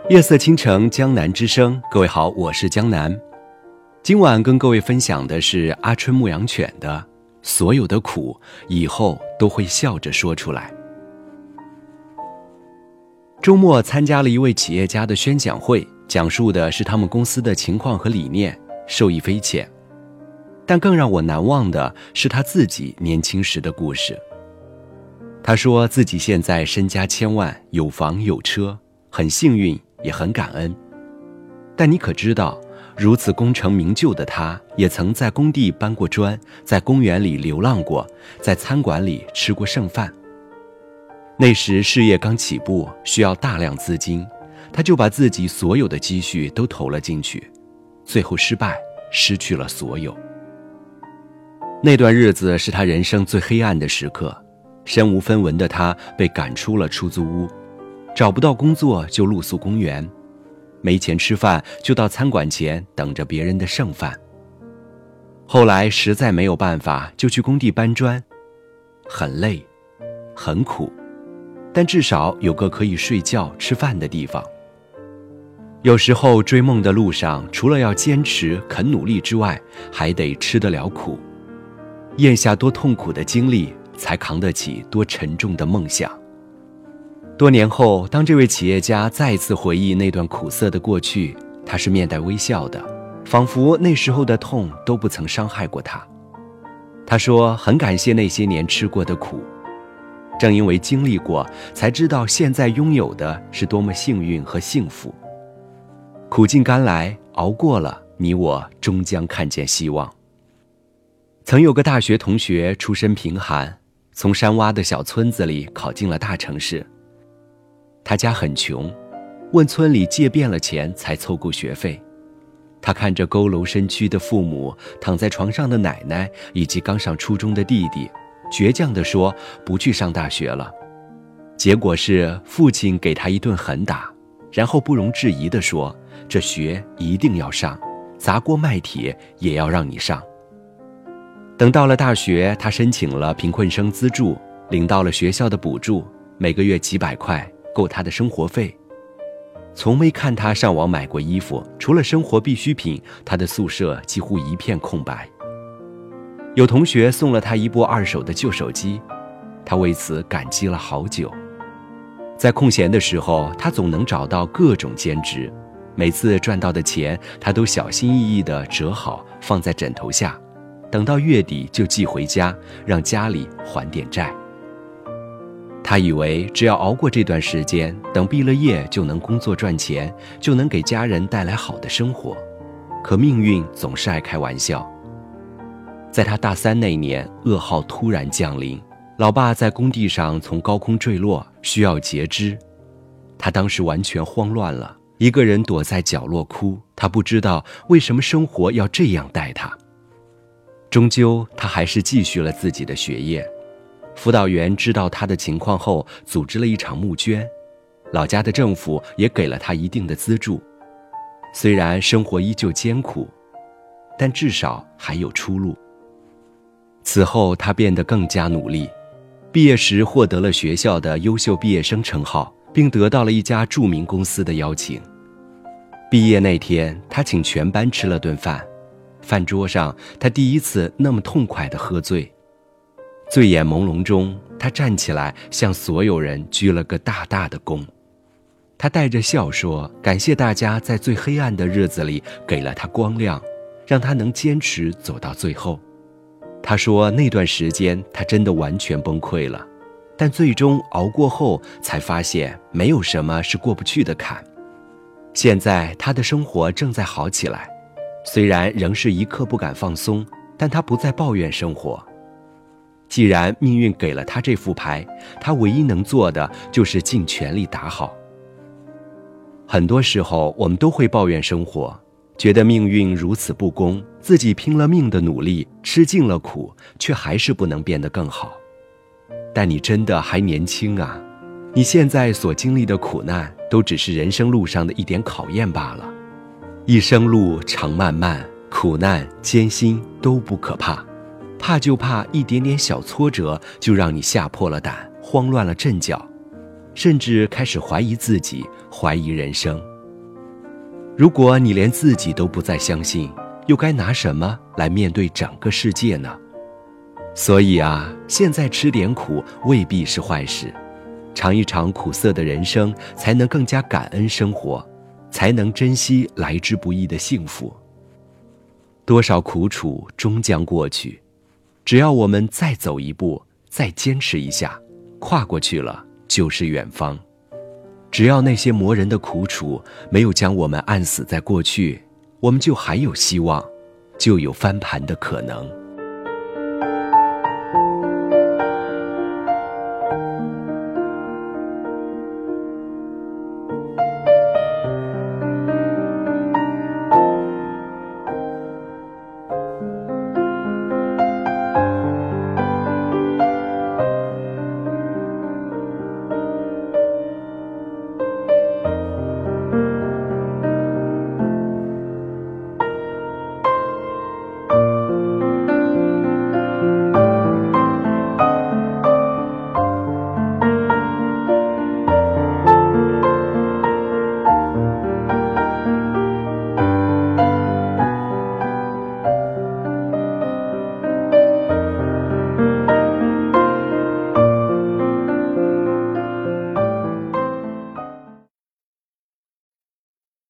夜色倾城，江南之声。各位好，我是江南。今晚跟各位分享的是阿春牧羊犬的所有的苦，以后都会笑着说出来。周末参加了一位企业家的宣讲会，讲述的是他们公司的情况和理念，受益匪浅。但更让我难忘的是他自己年轻时的故事。他说自己现在身家千万，有房有车，很幸运也很感恩。但你可知道，如此功成名就的他，也曾在工地搬过砖，在公园里流浪过，在餐馆里吃过剩饭。那时事业刚起步，需要大量资金，他就把自己所有的积蓄都投了进去，最后失败，失去了所有。那段日子是他人生最黑暗的时刻，身无分文的他被赶出了出租屋，找不到工作就露宿公园，没钱吃饭就到餐馆前等着别人的剩饭。后来实在没有办法，就去工地搬砖，很累很苦，但至少有个可以睡觉吃饭的地方。有时候追梦的路上，除了要坚持肯努力之外，还得吃得了苦，咽下多痛苦的经历，才扛得起多沉重的梦想。多年后，当这位企业家再次回忆那段苦涩的过去，他是面带微笑的，仿佛那时候的痛都不曾伤害过他。他说很感谢那些年吃过的苦，正因为经历过，才知道现在拥有的是多么幸运和幸福。苦尽甘来，熬过了，你我终将看见希望。曾有个大学同学出身贫寒，从山洼的小村子里考进了大城市。他家很穷，问村里借遍了钱才凑够学费。他看着佝偻身躯的父母，躺在床上的奶奶，以及刚上初中的弟弟，倔强地说不去上大学了。结果是父亲给他一顿狠打，然后不容置疑地说，这学一定要上，砸锅卖铁也要让你上。等到了大学，他申请了贫困生资助，领到了学校的补助，每个月几百块，够他的生活费。从没看他上网买过衣服，除了生活必需品，他的宿舍几乎一片空白。有同学送了他一部2手的旧手机，他为此感激了好久。在空闲的时候，他总能找到各种兼职，每次赚到的钱，他都小心翼翼地折好，放在枕头下，等到月底就寄回家，让家里还点债。他以为只要熬过这段时间，等毕了业就能工作赚钱，就能给家人带来好的生活。可命运总是爱开玩笑。在他大3那年，噩耗突然降临，老爸在工地上从高空坠落，需要截肢。他当时完全慌乱了，一个人躲在角落哭，他不知道为什么生活要这样待他。终究他还是继续了自己的学业。辅导员知道他的情况后，组织了一场募捐，老家的政府也给了他一定的资助。虽然生活依旧艰苦，但至少还有出路。此后他变得更加努力，毕业时获得了学校的优秀毕业生称号，并得到了一家著名公司的邀请。毕业那天，他请全班吃了顿饭，饭桌上他第一次那么痛快地喝醉。醉眼朦胧中，他站起来向所有人鞠了个大大的躬。他带着笑说，感谢大家在最黑暗的日子里给了他光亮，让他能坚持走到最后。他说那段时间他真的完全崩溃了，但最终熬过后才发现没有什么是过不去的坎。现在他的生活正在好起来，虽然仍是一刻不敢放松，但他不再抱怨生活。既然命运给了他这副牌，他唯一能做的就是尽全力打好。很多时候我们都会抱怨生活，觉得命运如此不公，自己拼了命的努力，吃尽了苦，却还是不能变得更好。但你真的还年轻啊，你现在所经历的苦难，都只是人生路上的一点考验罢了。一生路长漫漫，苦难艰辛都不可怕，怕就怕一点点小挫折就让你吓破了胆，慌乱了阵脚，甚至开始怀疑自己，怀疑人生。 如果你连自己都不再相信，又该拿什么来面对整个世界呢？所以啊，现在吃点苦未必是坏事，尝一尝苦涩的人生，才能更加感恩生活，才能珍惜来之不易的幸福。多少苦楚终将过去，只要我们再走一步，再坚持一下，跨过去了就是远方。只要那些磨人的苦楚没有将我们按死在过去，我们就还有希望，就有翻盘的可能。